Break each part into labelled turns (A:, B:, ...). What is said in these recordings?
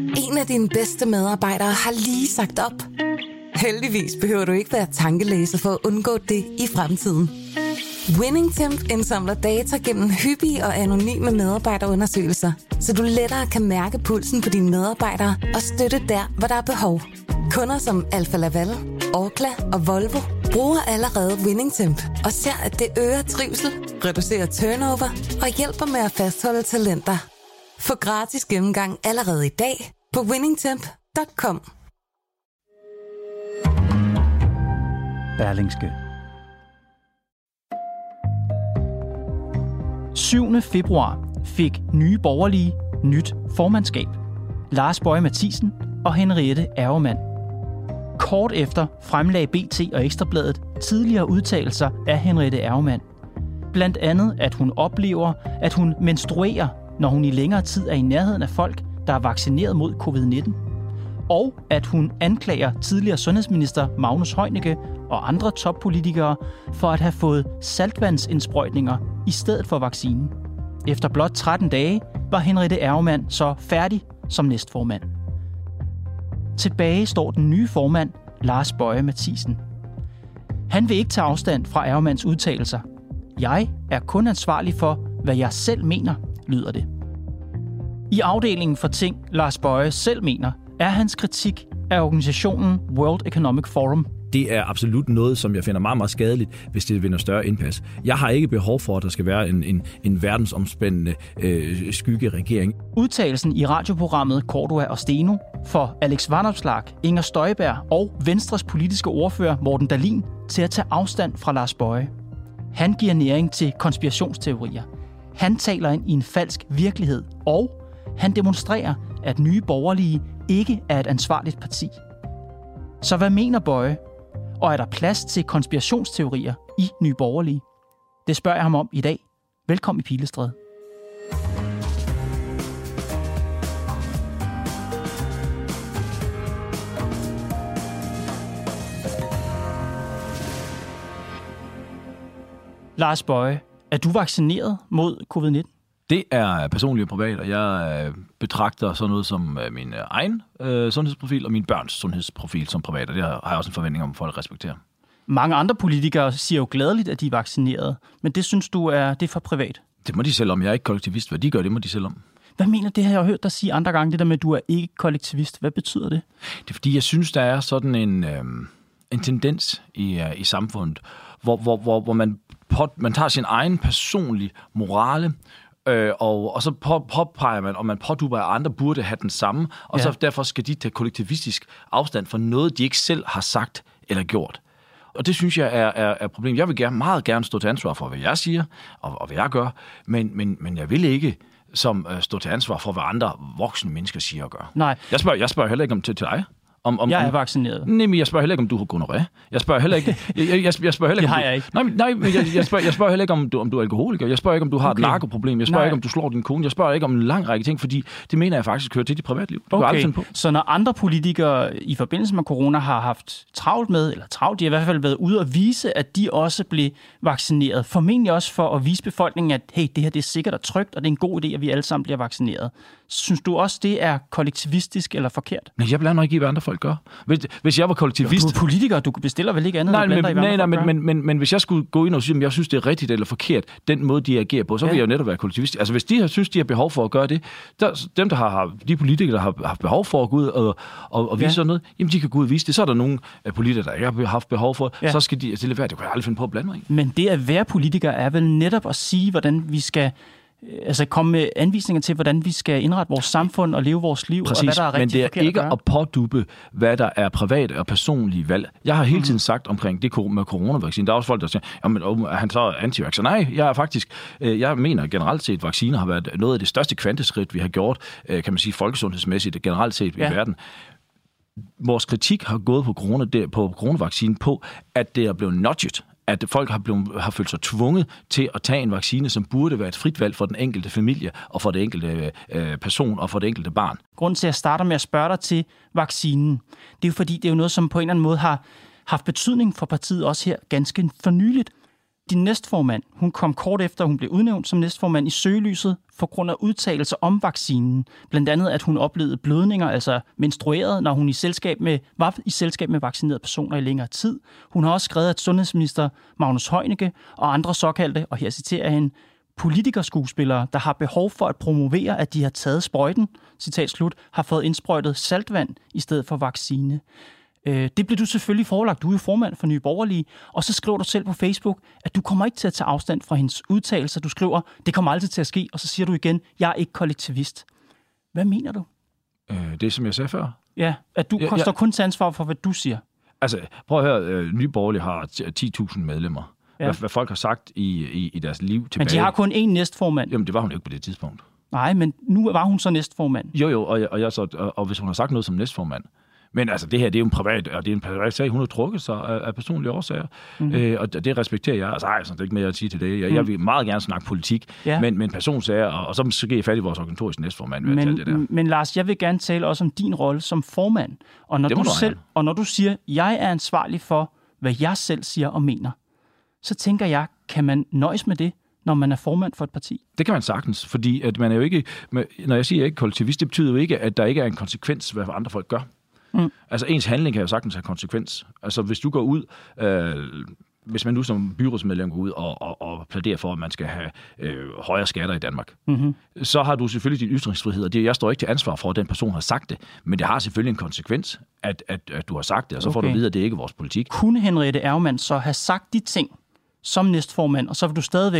A: En af dine bedste medarbejdere har lige sagt op. Heldigvis behøver du ikke være tankelæser for at undgå det i fremtiden. WinningTemp indsamler data gennem hyppige og anonyme medarbejderundersøgelser, så du lettere kan mærke pulsen på dine medarbejdere og støtte der, hvor der er behov. Kunder som Alfa Laval, Orkla og Volvo bruger allerede WinningTemp og ser, at det øger trivsel, reducerer turnover og hjælper med at fastholde talenter. Få gratis gennemgang allerede i dag på winningtemp.com.
B: Berlingske. 7. februar fik Nye Borgerlige nyt formandskab. Lars Boje Mathiesen og Henriette Auermann. Kort efter fremlagde BT og Ekstrabladet tidligere udtalelser af Henriette Auermann. Blandt andet, at hun oplever, at hun menstruerer, når hun i længere tid er i nærheden af folk, der er vaccineret mod covid-19. Og at hun anklager tidligere sundhedsminister Magnus Heunicke og andre toppolitikere for at have fået saltvandsindsprøjtninger i stedet for vaccinen. Efter blot 13 dage var Henriette Auermann så færdig som næstformand. Tilbage står den nye formand, Lars Boje Mathiesen. Han vil ikke tage afstand fra Auermanns udtalelser. Jeg er kun ansvarlig for, hvad jeg selv mener, lyder det. I afdelingen for ting, Lars Boje selv mener, er hans kritik af organisationen World Economic Forum.
C: Det er absolut noget, som jeg finder meget, meget skadeligt, hvis det vinder større indpas. Jeg har ikke behov for, at der skal være en verdensomspændende skyggeregering.
B: Udtalelsen i radioprogrammet Cordua og Steno for Alex Vanopslagh, Inger Støjberg og Venstres politiske ordfører Morten Dahlin til at tage afstand fra Lars Boje. Han giver næring til konspirationsteorier. Han taler ind i en falsk virkelighed, og han demonstrerer, at Nye Borgerlige ikke er et ansvarligt parti. Så hvad mener Boje? Og er der plads til konspirationsteorier i Nye Borgerlige? Det spørger jeg ham om i dag. Velkommen i Pilestræde. Lars Boje, er du vaccineret mod covid-19?
C: Det er personligt og privat, og jeg betragter sådan noget som min egen sundhedsprofil og min børns sundhedsprofil som privat, og det har jeg også en forventning om, at folk respekterer.
B: Mange andre politikere siger jo gladeligt, at de er vaccineret, men det synes du det er for privat?
C: Det må de selv om. Jeg er ikke kollektivist. Hvad de gør, det må de selv om.
B: Hvad mener det, har jeg hørt dig sige andre gange, det der med, at du er ikke kollektivist? Hvad betyder det? Det
C: er fordi, jeg synes, der er sådan en tendens i samfundet, hvor man tager sin egen personlige morale, og så påpeger man, og man påduber, at andre burde have den samme, og så derfor skal de tage kollektivistisk afstand for noget, de ikke selv har sagt eller gjort. Og det synes jeg er et problem. Jeg vil meget gerne stå til ansvar for, hvad jeg siger, og hvad jeg gør, men jeg vil ikke stå til ansvar for, hvad andre voksne mennesker siger og gør.
B: Nej.
C: Jeg spørger heller ikke om til dig.
B: Jeg er vaccineret.
C: Nej, men jeg spørger heller ikke, om du har gonorrhé. Jeg spørger heller ikke... Jeg spørger heller ikke,
B: det har jeg ikke.
C: Nej, men jeg spørger heller ikke, om du er alkoholiker. Jeg spørger ikke, om du har et narkoproblem. Jeg spørger ikke, om du slår din kone. Jeg spørger ikke om en lang række ting, fordi det mener jeg faktisk hører til dit privatliv. Du kan aldrig finde på.
B: Så når andre politikere i forbindelse med corona har haft travlt, de har i hvert fald været ude og vise, at de også blev vaccineret. Formentlig også for at vise befolkningen, at hey, det her det er sikkert og trygt, og det er en god idé, at vi alle sammen bliver vaccineret. Synes du også, det er kollektivistisk eller forkert?
C: Nej, jeg blander ikke i, hvad andre folk gør. Hvis jeg var kollektivist...
B: Du er politiker, du bestiller vel ikke andet?
C: Men hvis jeg skulle gå ind og sige, at jeg synes, det er rigtigt eller forkert, den måde, de agerer på, så vil jeg jo netop være kollektivist. Altså, hvis de synes, de har behov for at gøre det, de politikere, der har behov for at gå ud og vise sådan noget, jamen, de kan gå ud og vise det. Så er der nogle politikere, der ikke har haft behov for, så skal de... Det kan jeg aldrig finde på at blande mig i.
B: Men det at være politiker er vel netop at sige, hvordan vi skal... Altså komme med anvisninger til, hvordan vi skal indrette vores samfund og leve vores liv.
C: Præcis,
B: og hvad der er rigtig
C: men det er ikke at påduppe, hvad der er private og personlige valg. Jeg har hele tiden sagt omkring det med coronavaccine. Der er også folk, der siger, jamen, er han så anti-vaxxer? Nej, jeg mener generelt set, at vacciner har været noget af det største kvanteskridt, vi har gjort, kan man sige, folkesundhedsmæssigt generelt set i verden. Vores kritik har gået på coronavaccinen på, at det er blevet nudget, at folk har følt sig tvunget til at tage en vaccine, som burde være et frit valg for den enkelte familie, og for det enkelte person, og for det enkelte barn.
B: Grunden til, at jeg starter med at spørge dig til vaccinen, det er jo fordi, det er jo noget, som på en eller anden måde har haft betydning for partiet også her ganske fornyligt. din næstformand, hun kom kort efter, hun blev udnævnt som næstformand i søgelyset for grund af udtalelser om vaccinen. Blandt andet, at hun oplevede blødninger, altså menstrueret, når hun var i selskab med vaccinerede personer i længere tid. Hun har også skrevet, at sundhedsminister Magnus Heunicke og andre såkaldte, og her citerer jeg hende, politikerskuespillere, der har behov for at promovere, at de har taget sprøjten, citat slut, har fået indsprøjtet saltvand i stedet for vaccine. Det blev du selvfølgelig forelagt. Du er jo formand for Nye Borgerlige, og så skriver du selv på Facebook, at du kommer ikke til at tage afstand fra hendes udtalelser. Du skriver, det kommer aldrig til at ske, og så siger du igen, jeg er ikke kollektivist. Hvad mener du?
C: Det, som jeg sagde før.
B: Ja, at du står kun til ansvar for, hvad du siger.
C: Altså, prøv at høre, Nye Borgerlige har 10.000 medlemmer. Ja. Hvad folk har sagt i deres liv tilbage.
B: Men de har kun én næstformand.
C: Jamen, det var hun ikke på det tidspunkt.
B: Nej, men nu var hun så næstformand.
C: Jo, og hvis hun har sagt noget som næstformand. Men altså, det her, det er jo en privat sag. Hun har trukket sig af personlige årsager, og det respekterer jeg. Altså, det er ikke mere at sige til det. Jeg vil meget gerne snakke politik, men personsager, og så skal jeg fat i vores organisatoriske næstformand ved at tale det der.
B: Men Lars, jeg vil gerne tale også om din rolle som formand. Og når du siger, jeg er ansvarlig for, hvad jeg selv siger og mener, så tænker jeg, kan man nøjes med det, når man er formand for et parti?
C: Det kan man sagtens, fordi at man er jo ikke, når jeg siger ikke kollektivist, det betyder jo ikke, at der ikke er en konsekvens, hvad andre folk gør. Altså ens handling kan jo sagtens have konsekvens. Altså hvis du går ud, hvis man nu som byrådsmedlem går ud og plæderer for, at man skal have højere skatter i Danmark, så har du selvfølgelig din ytringsfrihed, og jeg står ikke til ansvar for, at den person har sagt det, men det har selvfølgelig en konsekvens, at du har sagt det, og så får du at vide, at det ikke er vores politik. Kunne
B: Henriette Auermann så have sagt de ting som næstformand, og så vil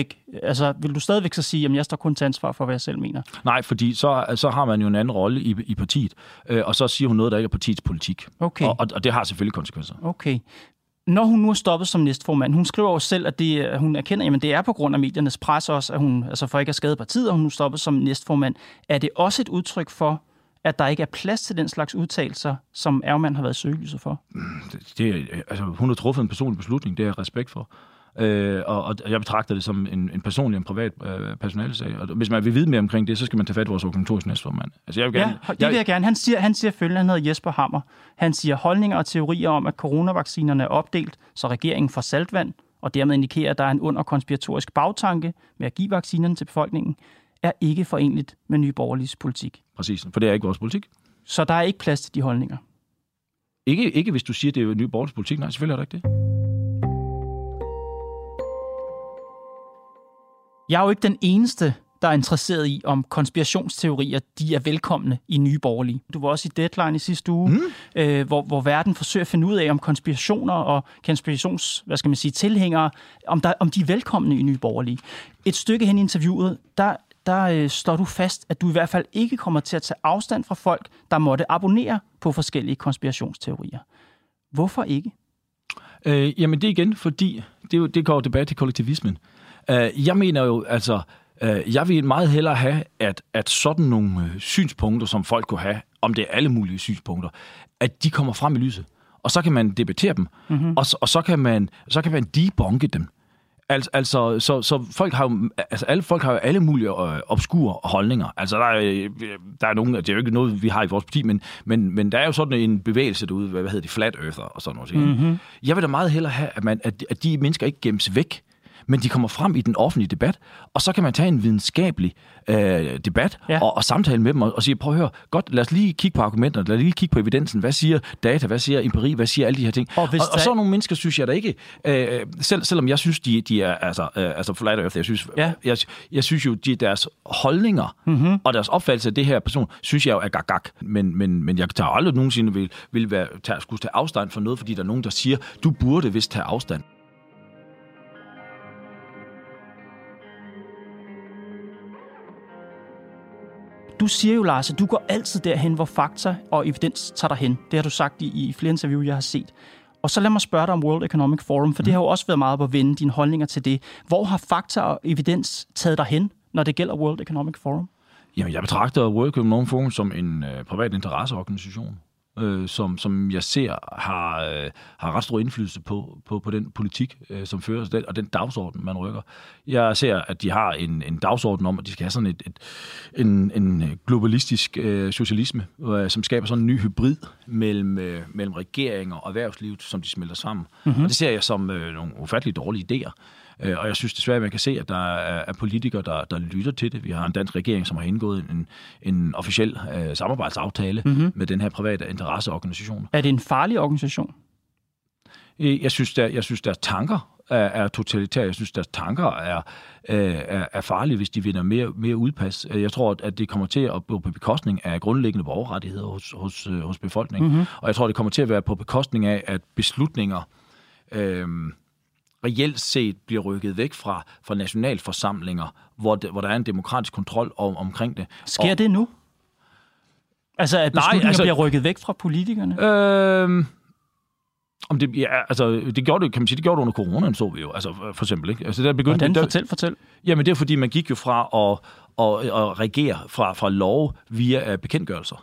B: du stadigvæk så sige, at jeg står kun til ansvar for, hvad jeg selv mener?
C: Nej, fordi så har man jo en anden rolle i partiet, og så siger hun noget, der ikke er partiets politik.
B: Okay.
C: Og det har selvfølgelig konsekvenser.
B: Okay. Når hun nu er stoppet som næstformand, hun skriver jo selv, at hun erkender, at det er på grund af mediernes pres også, at hun for ikke at skade partiet, og hun nu stoppet som næstformand. Er det også et udtryk for, at der ikke er plads til den slags udtalelser, som Auermann har været søgelyset for?
C: Hun har truffet en personlig beslutning, det har jeg respekt for. Og jeg betragter det som en personlig og privat personalesag. Og hvis man vil vide mere omkring det, så skal man tage fat i vores organisatoriske næstformand. Altså, det
B: vil jeg gerne. Han siger følgende, han hedder Jesper Hammer. Han siger, holdninger og teorier om, at coronavaccinerne er opdelt, så regeringen får saltvand, og dermed indikerer, at der er en underkonspiratorisk bagtanke med at give vaccinerne til befolkningen, er ikke forenligt med Nye Borgerliges politik.
C: Præcis, for det er ikke vores politik.
B: Så der er ikke plads til de holdninger?
C: Ikke hvis du siger, det er Nye Borgerliges politik. Nej, selvfølgelig er der ikke det.
B: Jeg er jo ikke den eneste, der er interesseret i, om konspirationsteorier de er velkomne i Nye Borgerlige. Du var også i Deadline i sidste uge, hvor verden forsøger at finde ud af, om konspirationer og tilhængere, om de er velkomne i Nye Borgerlige. Et stykke hen i interviewet, der står du fast, at du i hvert fald ikke kommer til at tage afstand fra folk, der måtte abonnere på forskellige konspirationsteorier. Hvorfor ikke?
C: Jamen det er igen, fordi det går tilbage til kollektivismen. Jeg mener jo, altså, jeg vil meget hellere have, at sådan nogle synspunkter, som folk kunne have, om det er alle mulige synspunkter, at de kommer frem i lyset. Og så kan man debattere dem, og så kan man debunke dem. Så folk har jo, alle folk har jo alle mulige obskure holdninger. Altså der er nogle, det er jo ikke noget, vi har i vores parti, men der er jo sådan en bevægelse derude, hvad hedder det, flat earther og sådan noget. Jeg vil da meget hellere have, at de mennesker ikke gemmes væk, men de kommer frem i den offentlige debat, og så kan man tage en videnskabelig debat og samtale med dem og sige, prøv at høre, godt, lad os lige kigge på argumenterne, lad os lige kigge på evidensen, hvad siger data, hvad siger empiri, hvad siger alle de her ting. Og så nogle mennesker, synes jeg da ikke, selvom jeg synes, de er altså flat earth, jeg synes jo, deres holdninger og deres opfattelse af det her person, synes jeg jo er gak. Men jeg tager aldrig nogensinde skulle tage afstand for noget, fordi der er nogen, der siger, du burde vist tage afstand.
B: Du siger jo, Lars, at du går altid derhen, hvor fakta og evidens tager dig hen. Det har du sagt i flere interviews, jeg har set. Og så lad mig spørge dig om World Economic Forum, for det har jo også været meget på at vende dine holdninger til det. Hvor har fakta og evidens taget dig hen, når det gælder World Economic Forum?
C: Jamen, jeg betragter World Economic Forum som en privat interesseorganisation, som jeg ser har ret stor indflydelse på den politik, som føres, og den dagsorden, man rykker. Jeg ser, at de har en dagsorden om, at de skal have sådan en globalistisk socialisme, som skaber sådan en ny hybrid mellem regeringer og erhvervslivet, som de smelter sammen. Og det ser jeg som nogle ufatteligt dårlige idéer. Og jeg synes desværre, at man kan se, at der er politikere, der lytter til det. Vi har en dansk regering, som har indgået en officiel samarbejdsaftale med den her private interesseorganisation.
B: Er det en farlig organisation?
C: Jeg synes, deres tanker er totalitære. Jeg synes, deres tanker er farlige, hvis de vinder mere udpas. Jeg tror, at det kommer til at gå på bekostning af grundlæggende borgerrettigheder hos befolkningen. Mm-hmm. Og jeg tror, det kommer til at være på bekostning af, at beslutninger reelt set bliver rykket væk fra nationalforsamlinger, hvor der er en demokratisk kontrol omkring det.
B: Sker det nu? Altså, at beslutninger bliver rykket væk fra politikerne?
C: Det gjorde det, kan man sige, det gjorde det under coronaen, så vi jo, altså for eksempel, ikke? Altså der begyndte
B: fortæl.
C: Jamen det er fordi man gik jo fra at regere fra lov via bekendtgørelser.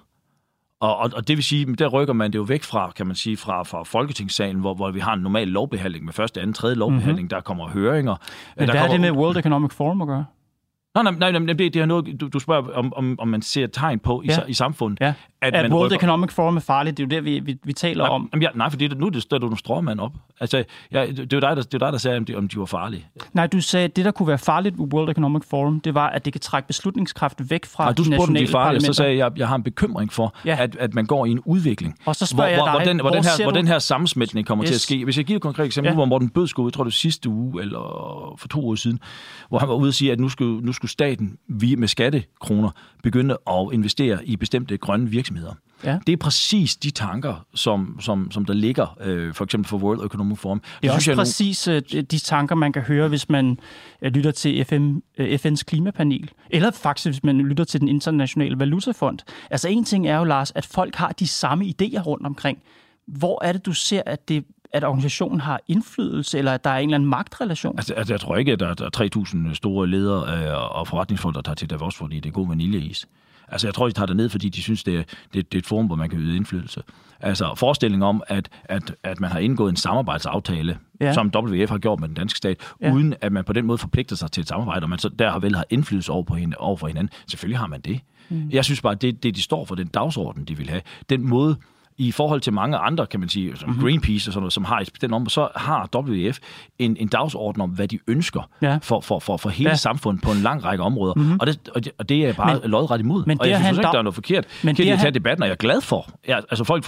C: Og det vil sige, der rykker man det jo væk fra, kan man sige, fra Folketingssalen, hvor vi har en normal lovbehandling med første, anden, tredje lovbehandling, der kommer høringer.
B: Men hvad er det med World Economic Forum at gøre?
C: Nej, det er noget, du spørger, om man ser tegn på i samfundet. Ja.
B: At World Economic Forum er farligt, det er jo det, vi taler om.
C: Nej, for nu stiller du en stråmand op. Altså, det er jo dig, der sagde, om de var farlige.
B: Nej, du sagde, at det, der kunne være farligt ved World Economic Forum, det var, at det kan trække beslutningskraft væk fra de nationale parlamenter.
C: Farlige, så sagde jeg har en bekymring for, at man går i en udvikling.
B: Og så spørger jeg dig,
C: hvor den her sammensmeltning kommer til at ske. Hvis jeg giver et konkret eksempel, hvor Morten Bødskov, jeg tror det var sidste uge, eller for 2 uger siden, hvor han var ude og sige, at nu skulle staten med skattekroner begynde at investere i bestemte grønne virksomheder. Ja. Det er præcis de tanker, som der ligger, for eksempel for World Economic Forum.
B: Det er også præcis de tanker, man kan høre, hvis man lytter til FN's klimapanel, eller faktisk, hvis man lytter til den internationale valutafond. Altså en ting er jo, Lars, at folk har de samme idéer rundt omkring. Hvor er det, du ser, at organisationen har indflydelse, eller at der er en eller anden magtrelation?
C: Altså jeg tror ikke, at der er 3.000 store ledere og forretningsfolk, der tager til Davos, fordi det er god vaniljeis. Altså jeg tror, de tager det ned, fordi de synes, det er et forum, hvor man kan yde indflydelse. Altså forestillingen om, at man har indgået en samarbejdsaftale, som WF har gjort med den danske stat, uden at man på den måde forpligter sig til et samarbejde, og man så der har vel har indflydelse over for hinanden. Selvfølgelig har man det. Jeg synes bare, at det de står for, den dagsorden, de vil have, den måde, i forhold til mange andre, kan man sige, som Greenpeace og sådan noget, som har et bestemt område, så har WF en dagsorden om, hvad de ønsker for hele samfundet på en lang række områder. Mm-hmm. Og det er bare lodret imod. Og jeg synes ikke, der er noget forkert. Kan de tage debatten, og jeg er glad for. Ja, altså folk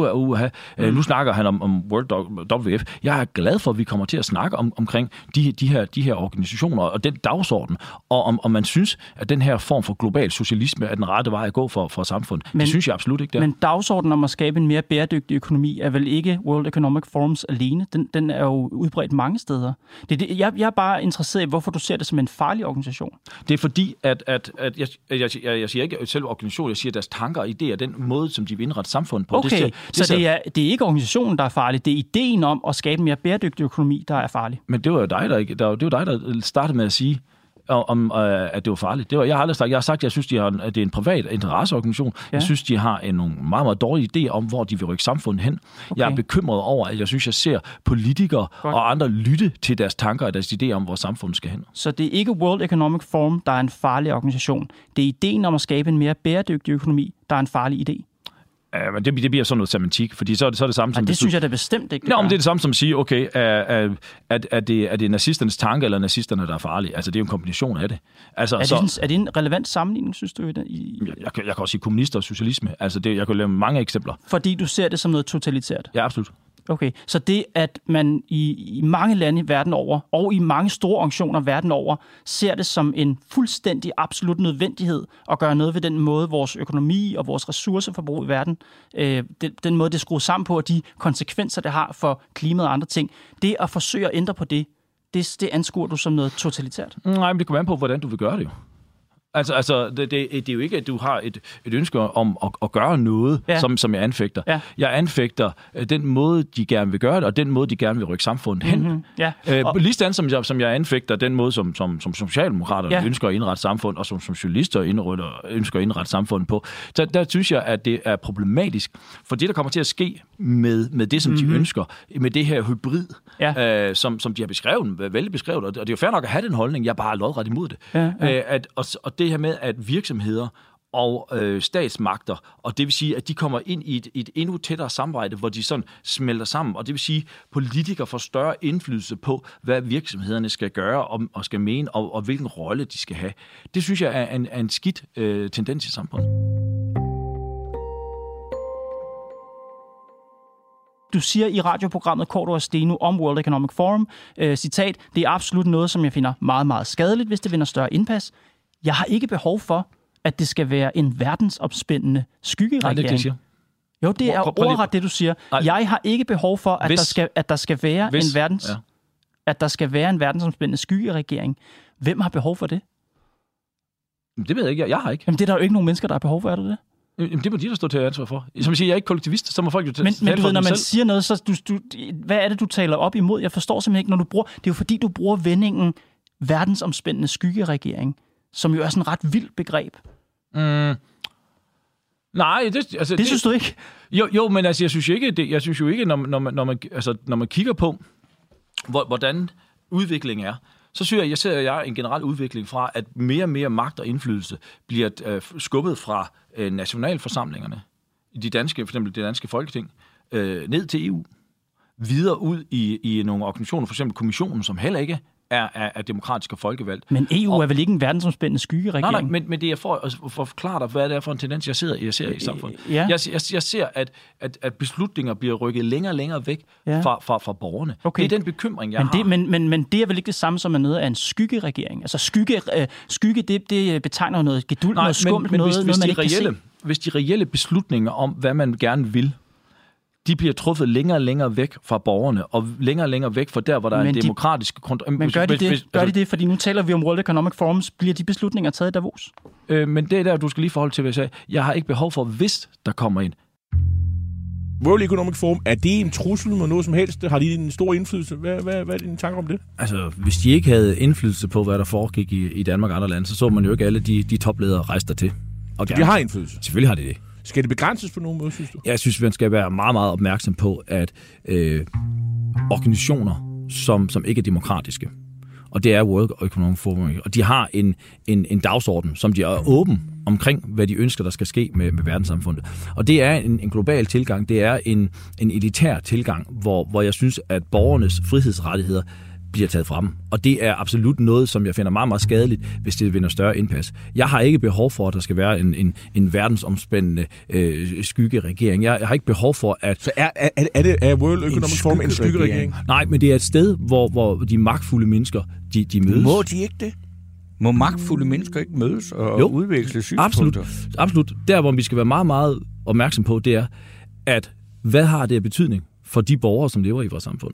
C: siger, nu snakker han om WF. Jeg er glad for, at vi kommer til at snakke omkring de her organisationer og den dagsorden, og om man synes, at den her form for global socialisme er den rette vej at gå for samfundet. Det synes jeg absolut ikke, det er.
B: Men dagsordenen om at skabe en mere bæredygtig økonomi er vel ikke World Economic Forums alene. Den er jo udbredt mange steder. Jeg er bare interesseret i, hvorfor du ser det som en farlig organisation.
C: Det er fordi, at jeg siger ikke selv organisation, jeg siger deres tanker og idéer, den måde, som de vil indrette samfundet på.
B: Okay, så det er ikke organisationen, der er farlig. Det er ideen om at skabe en mere bæredygtig økonomi, der er farlig.
C: Men det var jo dig, der startede med at sige, at det var farligt. Jeg har aldrig sagt. Jeg har sagt, at jeg synes, at det er en privat interesseorganisation. Ja. Jeg synes, de har nogle meget, meget dårlige idéer om, hvor de vil rykke samfundet hen. Okay. Jeg er bekymret over, at jeg synes, jeg ser politikere og andre lytte til deres tanker og deres idéer om, hvor samfundet skal hen.
B: Så det er ikke World Economic Forum, der er en farlig organisation. Det er ideen om at skabe en mere bæredygtig økonomi, der er en farlig idé.
C: Men det bliver sådan noget semantik, fordi så er det samme som...
B: det synes jeg da bestemt ikke.
C: Nå, men det er det samme som at sige, okay, er det nazisternes tanke, eller nazisterne, der er farlige? Altså, det er jo en kombination af det. Altså,
B: er det en relevant sammenligning, synes du?
C: Jeg kan også sige kommunister og socialisme. Altså, jeg kan lave mange eksempler.
B: Fordi du ser det som noget totalitært?
C: Ja, absolut.
B: Okay, så det, at man i mange lande verden over, og i mange store organisationer verden over, ser det som en fuldstændig absolut nødvendighed at gøre noget ved den måde, vores økonomi og vores ressourceforbrug i verden, den måde, det er skruet sammen på, og de konsekvenser, det har for klimaet og andre ting, det at forsøge at ændre på det anskuer du som noget totalitært?
C: Nej, men det kommer an på, hvordan du vil gøre det jo. Altså det er jo ikke, at du har et ønske om at gøre noget, som jeg anfægter. Ja. Jeg anfægter den måde, de gerne vil gøre det, og den måde, de gerne vil rykke samfundet hen. Mm-hmm. Ja. Lige sådan, som jeg anfægter den måde, som socialdemokraterne ønsker at indrette samfund, og som socialister ønsker at indrette samfundet på. Så der synes jeg, at det er problematisk. For det, der kommer til at ske med det, som de ønsker, med det her hybrid, som de har beskrevet, vældig beskrevet, og det er jo fair nok at have den holdning, jeg bare er lodret imod det. Ja. Og det her med, at virksomheder og statsmagter, og det vil sige, at de kommer ind i et endnu tættere samarbejde, hvor de sådan smelter sammen, og det vil sige, at politikere får større indflydelse på, hvad virksomhederne skal gøre og skal mene, og hvilken rolle de skal have. Det synes jeg er en skidt tendens i samfundet.
B: Du siger i radioprogrammet Cordua og Steno om World Economic Forum, citat, det er absolut noget, som jeg finder meget, meget skadeligt, hvis det vinder større indpas. Jeg har ikke behov for, at det skal være en verdensomspændende skyggeregering.
C: Nej, det er det, jeg siger.
B: Jo, det er ordret det, du siger. Nej. Jeg har ikke behov for, at der skal være en verdensomspændende skyggeregering. Hvem har behov for det?
C: Det ved jeg ikke. Jeg har ikke.
B: Jamen, det er der jo ikke nogen mennesker, der har behov for, er det?
C: Jamen, det må de der stå til ansvar for. Som jeg siger, jeg er ikke kollektivist, så må folk jo tale for
B: men du ved, når man
C: selv.
B: siger noget, så hvad er det, du taler op imod? Jeg forstår simpelthen ikke, når du bruger... Det er jo fordi, du bruger vendingen verdensomspændende skyggeregering, som jo er sådan et ret vildt begreb.
C: Nej,
B: det synes du ikke?
C: Jo, men altså, jeg synes jo ikke, når man kigger på, hvordan udviklingen er, så synes jeg en generel udvikling fra, at mere og mere magt og indflydelse bliver skubbet fra nationalforsamlingerne, for eksempel det danske Folketing, ned til EU, videre ud i nogle organisationer, for eksempel kommissionen, som heller ikke er demokratisk og folkevalgt. Men
B: EU er vel ikke en verdensomspændende skyggeregering?
C: Nej, men det er for at forklare dig, hvad det er for en tendens, jeg ser i samfundet. Ja. Jeg ser, at beslutninger bliver rykket længere og længere væk fra borgerne. Okay. Det er den bekymring, jeg har.
B: Men det er vel ikke det samme som noget af en skyggeregering? Altså skygge, det betegner noget geduld, noget skummelt, noget man ikke kan se.
C: Hvis de reelle beslutninger om, hvad man gerne vil, de bliver truffet længere og længere væk fra borgerne, og længere væk fra der, hvor der er en demokratisk kontrol.
B: Men gør de det? Fordi nu taler vi om World Economic Forums. Bliver de beslutninger taget i Davos?
C: Men det er der, du skal lige forholde til, hvad jeg sagde. Jeg har ikke behov for, hvis der kommer ind.
D: World Economic Forum, er det en trussel med noget som helst? Har de en stor indflydelse? Hvad er dine tanker om det?
C: Altså, hvis de ikke havde indflydelse på, hvad der foregik i Danmark og andre lande, så man jo ikke alle de topledere rejse der til.
D: Og de har indflydelse?
C: Selvfølgelig har de det.
D: Skal det begrænses på nogen måde, synes du?
C: Jeg synes, man skal være meget, meget opmærksom på, at organisationer, som ikke er demokratiske, og det er World Economic Forum, og de har en dagsorden, som de er åben omkring, hvad de ønsker, der skal ske med verdenssamfundet. Og det er en global tilgang, det er en elitær tilgang, hvor jeg synes, at borgernes frihedsrettigheder bliver taget frem. Og det er absolut noget, som jeg finder meget, meget skadeligt, hvis det vinder større indpas. Jeg har ikke behov for, at der skal være en verdensomspændende skyggeregering. Jeg har ikke behov for, at...
D: Så er World Economic Forum en skyggeregering?
C: Nej, men det er et sted, hvor de magtfulde mennesker, de mødes.
E: Må de ikke det? Må magtfulde mennesker ikke mødes og udveksle synspunkter?
C: Absolut. Der, hvor vi skal være meget, meget opmærksom på, det er, at hvad har det af betydning for de borgere, som lever i vores samfund?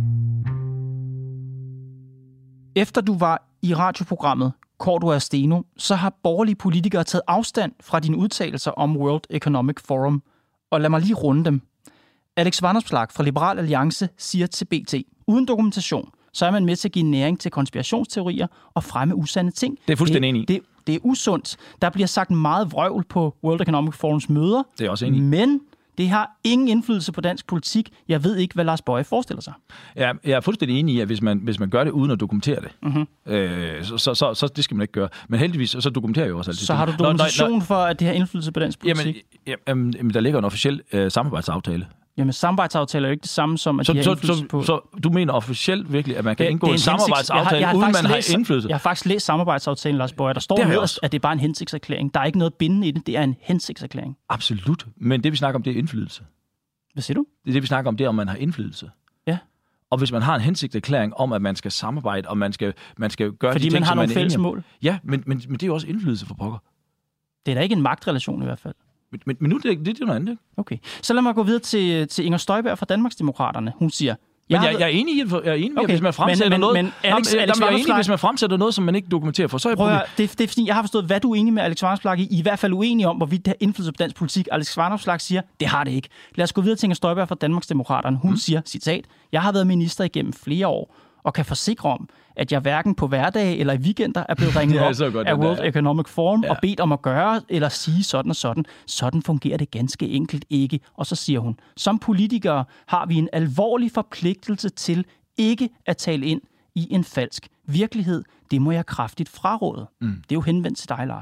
B: Efter du var i radioprogrammet Cordua og Steno, så har borgerlige politikere taget afstand fra dine udtalelser om World Economic Forum. Og lad mig lige runde dem. Alex Vanopslagh fra Liberal Alliance siger til BT, uden dokumentation, så er man med til at give næring til konspirationsteorier og fremme usande ting.
C: Det er fuldstændig enig i.
B: Det er usundt. Der bliver sagt meget vrøvl på World Economic Forums møder.
C: Det er også enig.
B: Men det har ingen indflydelse på dansk politik. Jeg ved ikke, hvad Lars Boje forestiller sig.
C: Ja, jeg er fuldstændig enig i, at hvis man gør det uden at dokumentere det, så det skal man ikke gøre. Men heldigvis, så dokumenterer jeg jo også altid.
B: Så har du dokumentation for, at det har indflydelse på dansk politik?
C: Jamen, der ligger en officiel samarbejdsaftale.
B: Jamen, samarbejdsaftale er jo ikke det samme som, at de har indflydelse på...
C: Så du mener officielt virkelig, at man kan indgå en samarbejdsaftale, uden man har indflydelse?
B: Jeg har faktisk læst samarbejdsaftalen, Lars Boje. Der står nederst, at det er bare en hensigtserklæring. Der er ikke noget bindende i det. Det er en hensigtserklæring.
C: Absolut. Men det, vi snakker om, det er indflydelse.
B: Hvad siger du?
C: Det, vi snakker om, det er, om man har indflydelse.
B: Ja.
C: Og hvis man har en hensigtserklæring om, at man skal samarbejde, og man skal gøre
B: fordi
C: de ting,
B: man har
C: som
B: nogle fælles mål.
C: Ja, men det er jo også indflydelse for pokker.
B: Det er da ikke en magtrelation i hvert fald.
C: Men nu det er noget andet, ikke?
B: Okay. Så lad mig gå videre til Inger Støjberg fra Danmarksdemokraterne. Hun siger...
C: Jeg er enig i, hvis man fremsætter noget... hvis man fremsætter noget, som man ikke dokumenterer for, så er jeg problem.
B: Det er fordi, jeg har forstået, hvad du er enig med Alex Vanopslagh i hvert fald uenig om, hvorvidt det har indflydelse på dansk politik. Alex Vanopslagh siger, det har det ikke. Lad os gå videre til Inger Støjberg fra Danmarksdemokraterne. Hun siger, citat, jeg har været minister igennem flere år, og kan forsikre om, at jeg hverken på hverdage eller i weekender er blevet ringet op af World Economic Forum og bedt om at gøre eller sige sådan og sådan. Sådan fungerer det ganske enkelt ikke. Og så siger hun, som politikere har vi en alvorlig forpligtelse til ikke at tale ind i en falsk virkelighed. Det må jeg kraftigt fraråde. Det er jo henvendt til dig, Lars.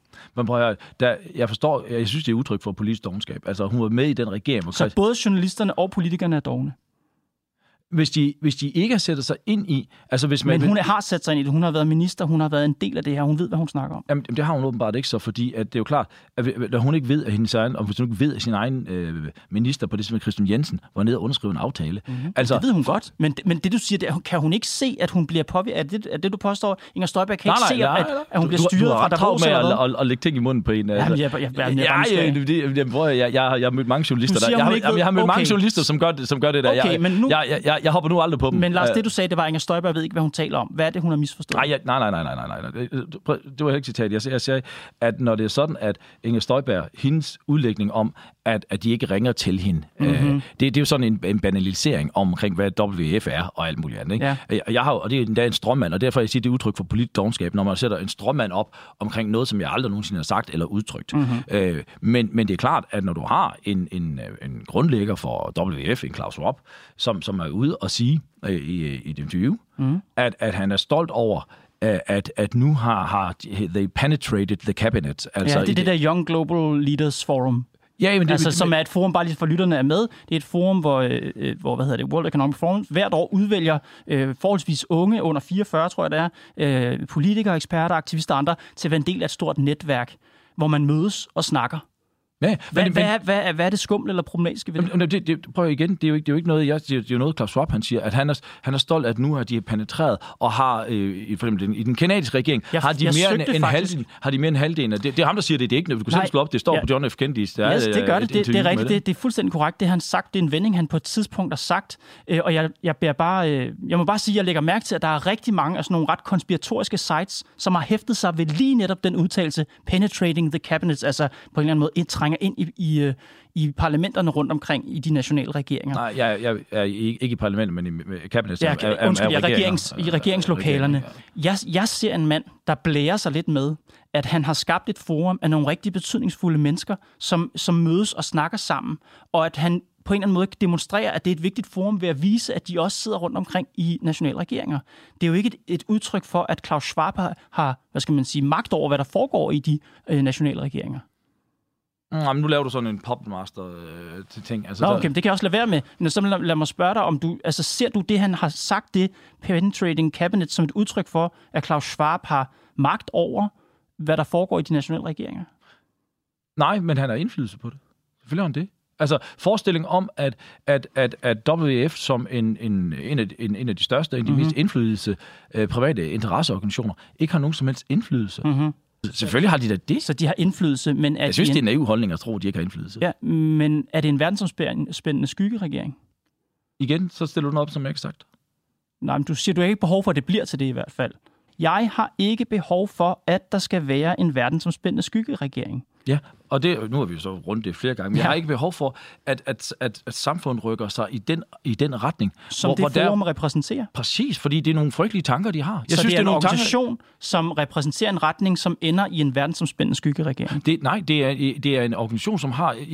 C: Men prøv at jeg synes, det er udtryk for politisk dovenskab. Altså, hun var med i den regering.
B: Så både journalisterne og politikerne er dovne?
C: Hvis de ikke har sættet sig ind i... Altså,
B: men hun har sat sig ind i det. Hun har været minister, hun har været en del af det her. Hun ved, hvad hun snakker om.
C: Jamen, det har hun åbenbart ikke så, fordi at det er jo klart, at hun ikke ved, at hendes egen, og hvis hun ikke ved, at sin egen minister på det, som Christian Jensen, var nede og underskrive en aftale.
B: Mm-hmm. Altså, det ved hun godt. Men det, du siger, det, kan hun ikke se, at hun bliver påvirket? Er det, du påstår? Inger Støjberg kan ikke se, at hun bliver styret fra Davos?
C: Du har ret med at lægge ting i munden på en.
B: Jeg
C: har mødt mange journalister. Jeg har mødt mange journalister, som gør det der. Jeg hopper nu aldrig på dem.
B: Men Lars, det du sagde, det var, at Inger Støjberg ved ikke, hvad hun taler om. Hvad er det, hun har misforstået?
C: Nej. Det var ikke citat. Jeg siger, at når det er sådan, at Inger Støjberg, hendes udlægning om, at de ikke ringer til hende, det er jo sådan en banalisering omkring, hvad WF er og alt muligt andet. Ikke? Ja. Og det er endda en stråmand, og derfor jeg siger, det er udtryk for politisk dovenskab, når man sætter en stråmand op omkring noget, som jeg aldrig nogensinde har sagt eller udtrykt. Men det er klart, at når du har en grundlægger for WF, en Klaus Schwab, som er ude og sige i et interview, at han er stolt over, at nu har they penetrated the cabinet. Altså
B: det er det der Young Global Leaders Forum.
C: Ja, men
B: som er et forum, bare lige for lytterne er med. Det er et forum, hvor World Economic Forum hvert år udvælger forholdsvis unge, under 44, tror jeg det er, politikere, eksperter, aktivister og andre, til at være en del af et stort netværk, hvor man mødes og snakker.
C: Ja,
B: hvad er det skumle eller problematiske ved det?
C: Prøv igen, det er jo ikke noget, det er jo noget, Klaus Schwab han siger, at han er stolt, at nu har de penetreret, og har, for eksempel i den kanadiske regering, har de mere end halvdelen. Det er ham, der siger det, det er ikke, du kan selv slå op, det står på John F. Kennedy's.
B: Det gør det, det er rigtigt, det er fuldstændig korrekt, det har han sagt, det er en vending, han på et tidspunkt har sagt, og jeg må bare sige, at jeg lægger mærke til, at der er rigtig mange af sådan nogle ret konspiratoriske sites, som har hæftet sig ved lige netop den udtalelse, penetrating the cabinets, altså på en eller anden måde trænger ind i parlamenterne rundt omkring i de nationale regeringer.
C: Nej, jeg er ikke i parlamentet, men i cabinet.
B: I regeringslokalerne. Jeg ser en mand, der blærer sig lidt med, at han har skabt et forum af nogle rigtig betydningsfulde mennesker, som mødes og snakker sammen, og at han på en eller anden måde demonstrerer, at det er et vigtigt forum ved at vise, at de også sidder rundt omkring i nationale regeringer. Det er jo ikke et udtryk for, at Klaus Schwab har magt over, hvad der foregår i de nationale regeringer.
C: Men nu laver du sådan en popmaster-ting. Altså,
B: okay, det kan jeg også lade være med. Men så lad mig spørge dig, om du ser du det, han har sagt, det penetrating cabinet, som et udtryk for, at Klaus Schwab har magt over, hvad der foregår i de nationale regeringer?
C: Nej, men han har indflydelse på det. Selvfølgelig har han det. Altså, forestillingen om, at WF som en af de største, en af de mest indflydelse private interesseorganisationer, ikke har nogen som helst indflydelse. Selvfølgelig har de da det.
B: Så de har indflydelse, men...
C: Jeg synes, det er en naiv holdning at tro, at de ikke har indflydelse.
B: Ja, men er det en verdensomspændende skyggeregering?
C: Igen, så stiller du noget op, som jeg ikke sagt.
B: Nej, men du siger, du har ikke behov for, at det bliver til det i hvert fald. Jeg har ikke behov for, at der skal være en verdensomspændende skyggeregering.
C: Ja, og nu har vi jo så rundt det flere gange, men jeg har ikke behov for, at samfundet rykker sig i den retning.
B: Som det forum repræsenterer?
C: Præcis, fordi det er nogle frygtelige tanker, de har.
B: Jeg synes, det er en organisation, som repræsenterer en retning, som ender i en verdensomspændende skyggeregering?
C: Det er en organisation, som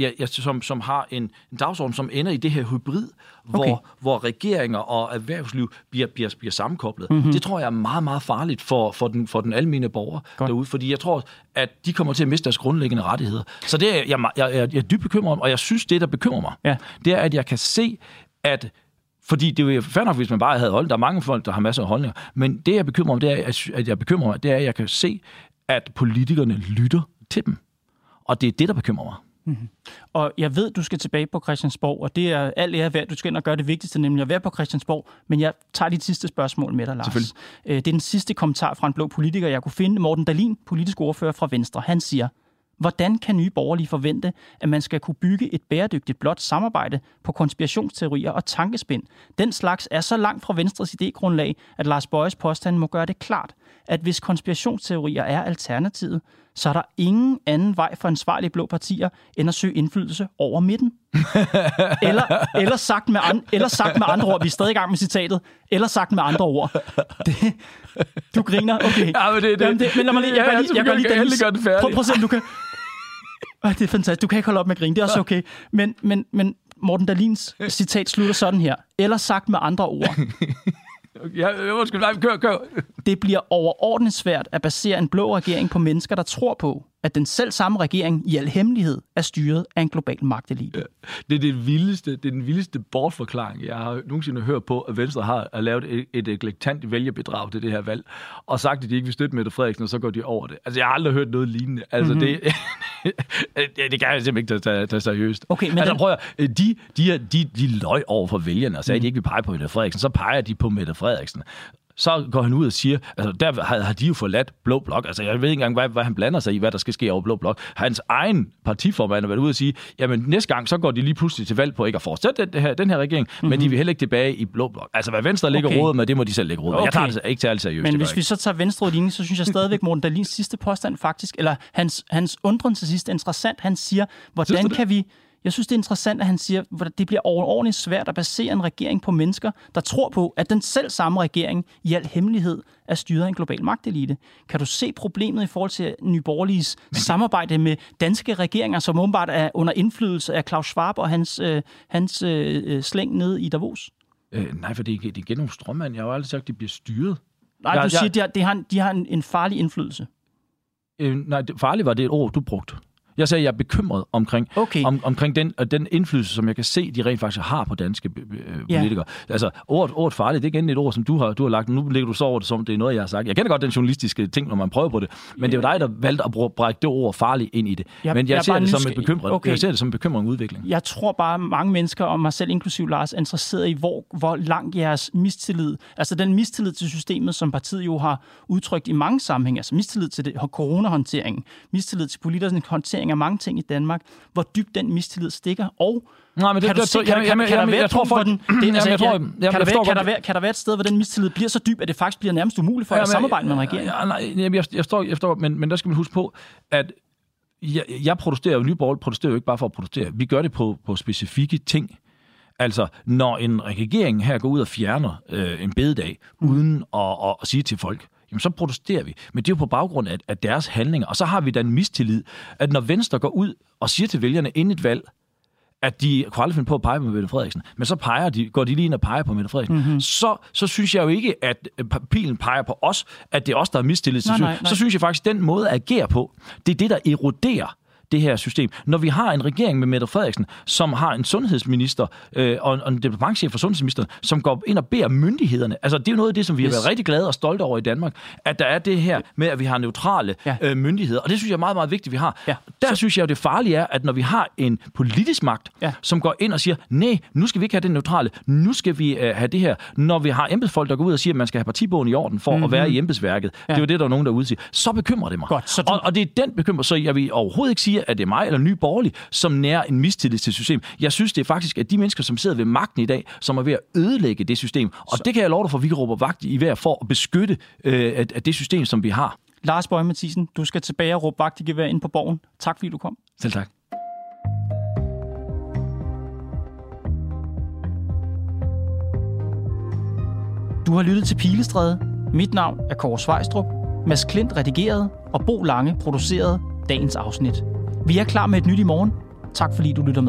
C: har en dagsorden, som ender i det her hybrid, hvor regeringer og erhvervsliv bliver sammenkoblet. Det tror jeg er meget, meget farligt for den almene borger derude, fordi jeg tror, at de kommer til at miste deres grundlæggende rettigheder. Så det er jeg er dybt bekymret om, og jeg synes, det, der bekymrer mig, det er, at jeg kan se, at fordi det er jo fair nok, hvis man bare havde holdning. Der er mange folk, der har masser af holdninger. Men det, jeg bekymrer om, det er, at jeg kan se, at politikerne lytter til dem. Og det er det, der bekymrer mig.
B: Mm-hmm. Og jeg ved, du skal tilbage på Christiansborg, og det er alt ære værd. Du skal ind og gøre det vigtigste, nemlig at være på Christiansborg. Men jeg tager dit sidste spørgsmål med dig, Lars. Det er den sidste kommentar fra en blå politiker, jeg kunne finde. Morten Dahlin, politisk ordfører fra Venstre. Han siger: hvordan kan Nye Borgerlige forvente, at man skal kunne bygge et bæredygtigt blåt samarbejde på konspirationsteorier og tankespind? Den slags er så langt fra Venstres idégrundlag, at Lars Bojes påstand må gøre det klart, at hvis konspirationsteorier er alternativet, så er der ingen anden vej for ansvarlige blå partier end at søge indflydelse over midten. eller sagt med andre ord, vi er stadig i gang med citatet, eller sagt med andre ord. Du griner, okay.
C: Ja, men
B: lad mig lige, jeg gør lige den. Prøv at se, om du kan... Det er fantastisk, du kan ikke holde op med at grine, det er også okay. Men Morten Dahlins citat slutter sådan her. Eller sagt med andre ord.
C: Kør.
B: Det bliver overordnet svært at basere en blå regering på mennesker, der tror på, at den selv samme regering i al hemmelighed er styret af en global magtelite.
C: Det er den vildeste bortforklaring, jeg har nogensinde hørt på, at Venstre har lavet et eklatant vælgerbedrag til det her valg, og sagt, at de ikke vil støtte Mette Frederiksen, og så går de over det. Altså, jeg har aldrig hørt noget lignende. Altså, det kan jeg simpelthen ikke tage seriøst.
B: Okay, men
C: altså, prøv at, de løg over for vælgerne, og sagde, at de ikke vil pege på Mette Frederiksen, så peger de på Mette Frederiksen. Så går han ud og siger, altså der har de jo forladt Blå Blok. Altså jeg ved ikke engang, hvad han blander sig i, hvad der skal ske over Blå Blok. Hans egen partiformand har været ude og sige, jamen næste gang, så går de lige pludselig til valg på ikke at fortsætte den her regering, men de vil heller ikke tilbage i Blå Blok. Altså hvad Venstre ligger råd med, det må de selv lægge råd med. Jeg tager det ikke til alt seriøst.
B: Men hvis vi så tager Venstre ud linje, så synes jeg stadigvæk, Morten Dahlins sidste påstand faktisk, eller hans undren til sidst er interessant. Han siger, hvordan kan vi... Jeg synes, det er interessant, at han siger, at det bliver overordentligt svært at basere en regering på mennesker, der tror på, at den selv samme regering i al hemmelighed er styret af en global magtelite. Kan du se problemet i forhold til Nye Borgerliges samarbejde med danske regeringer, som åbenbart er under indflydelse af Klaus Schwab og hans slæng nede i Davos?
C: Nej, for det er igen nogle strømmand. Jeg har jo aldrig sagt, at de bliver styret.
B: Nej, du siger, de har en farlig indflydelse.
C: Nej, farlig var det et ord, du brugte. Jeg sagde, at jeg er bekymret omkring den indflydelse, som jeg kan se, de rent faktisk har på danske politikere. Altså, ordet farligt, det er igen et ord, som du har lagt. Nu lægger du så over det, som det er noget, jeg har sagt. Jeg kender godt den journalistiske ting, når man prøver på det, men det er jo dig, der valgte at brække det ord farligt ind i det. Men jeg ser det som en bekymrende udvikling.
B: Jeg tror bare, mange mennesker, og mig selv inklusiv Lars, er interesseret i, hvor langt jeres mistillid, altså den mistillid til systemet, som partiet jo har udtrykt i mange sammenhænge, altså mistillid til coronahåndteringen, mistillid til politikernes håndtering af mange ting i Danmark, hvor dybt den mistillid stikker, og kan der være et sted, hvor den mistillid bliver så dyb, at det faktisk bliver nærmest umuligt for at samarbejde med en regering?
C: Jeg står, men der skal man huske på, at jeg protesterer, og Nye Borgerlige protesterer jo ikke bare for at protestere. Vi gør det på specifikke ting. Altså, når en regering her går ud og fjerner en bededag, uden at sige til folk, jamen så protesterer vi. Men det er jo på baggrund af deres handlinger. Og så har vi da en mistillid, at når Venstre går ud og siger til vælgerne inden et valg, at de kunne aldrig finde på at pege på Mette Frederiksen, men så går de lige ind og peger på Mette Frederiksen, så synes jeg jo ikke, at pilen peger på os, at det er os, der er mistillid til systemet. Så synes jeg faktisk, at den måde at agere på, det er det, der eroderer det her system. Når vi har en regering med Mette Frederiksen, som har en sundhedsminister og en departementschef for sundhedsministeren, som går ind og beder myndighederne. Altså, det er jo noget af det, som vi har været rigtig glade og stolte over i Danmark, at der er det her med, at vi har neutrale myndigheder. Og det synes jeg er meget, meget vigtigt, vi har. Ja. Der synes jeg jo, det farlige er, at når vi har en politisk magt, som går ind og siger, nej, nu skal vi ikke have det neutrale, nu skal vi have det her. Når vi har embedsfolk, der går ud og siger, at man skal have partibogen i orden for at være i embedsværket. Det er jo det, der er nogen, der udsiger. Så bekymrer det mig.
B: Godt,
C: og det er den bekymring, så jeg vil overhovedet ikke sige, at det er mig eller Nye Borgerlige, som nærer en mistillid til systemet. Jeg synes, det er faktisk, at de mennesker, som sidder ved magten i dag, som er ved at ødelægge det system. Og det kan jeg love dig for, at vi kan råbe vagt i hver for at beskytte det system, som vi har.
B: Lars Boje Mathiesen, du skal tilbage og råbe vagt i gevær ind på Borgen. Tak fordi du kom.
C: Selv tak.
B: Du har lyttet til Pilestræde. Mit navn er Kåre Svejstrup. Mads Klint redigerede, og Bo Lange producerede dagens afsnit. Vi er klar med et nyt i morgen. Tak fordi du lytter med.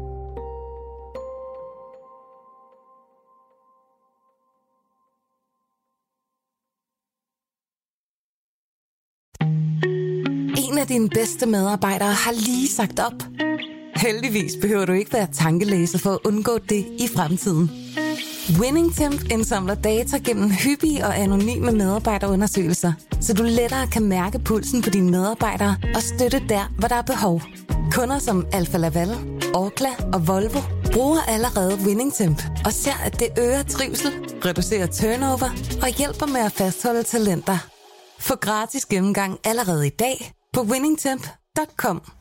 A: En af dine bedste medarbejdere har lige sagt op. Heldigvis behøver du ikke være tankelæser for at undgå det i fremtiden. WinningTemp indsamler data gennem hyppige og anonyme medarbejderundersøgelser, så du lettere kan mærke pulsen på dine medarbejdere og støtte der, hvor der er behov. Kunder som Alfa Laval, Orkla og Volvo bruger allerede WinningTemp og ser, at det øger trivsel, reducerer turnover og hjælper med at fastholde talenter. Få gratis gennemgang allerede i dag på winningtemp.com.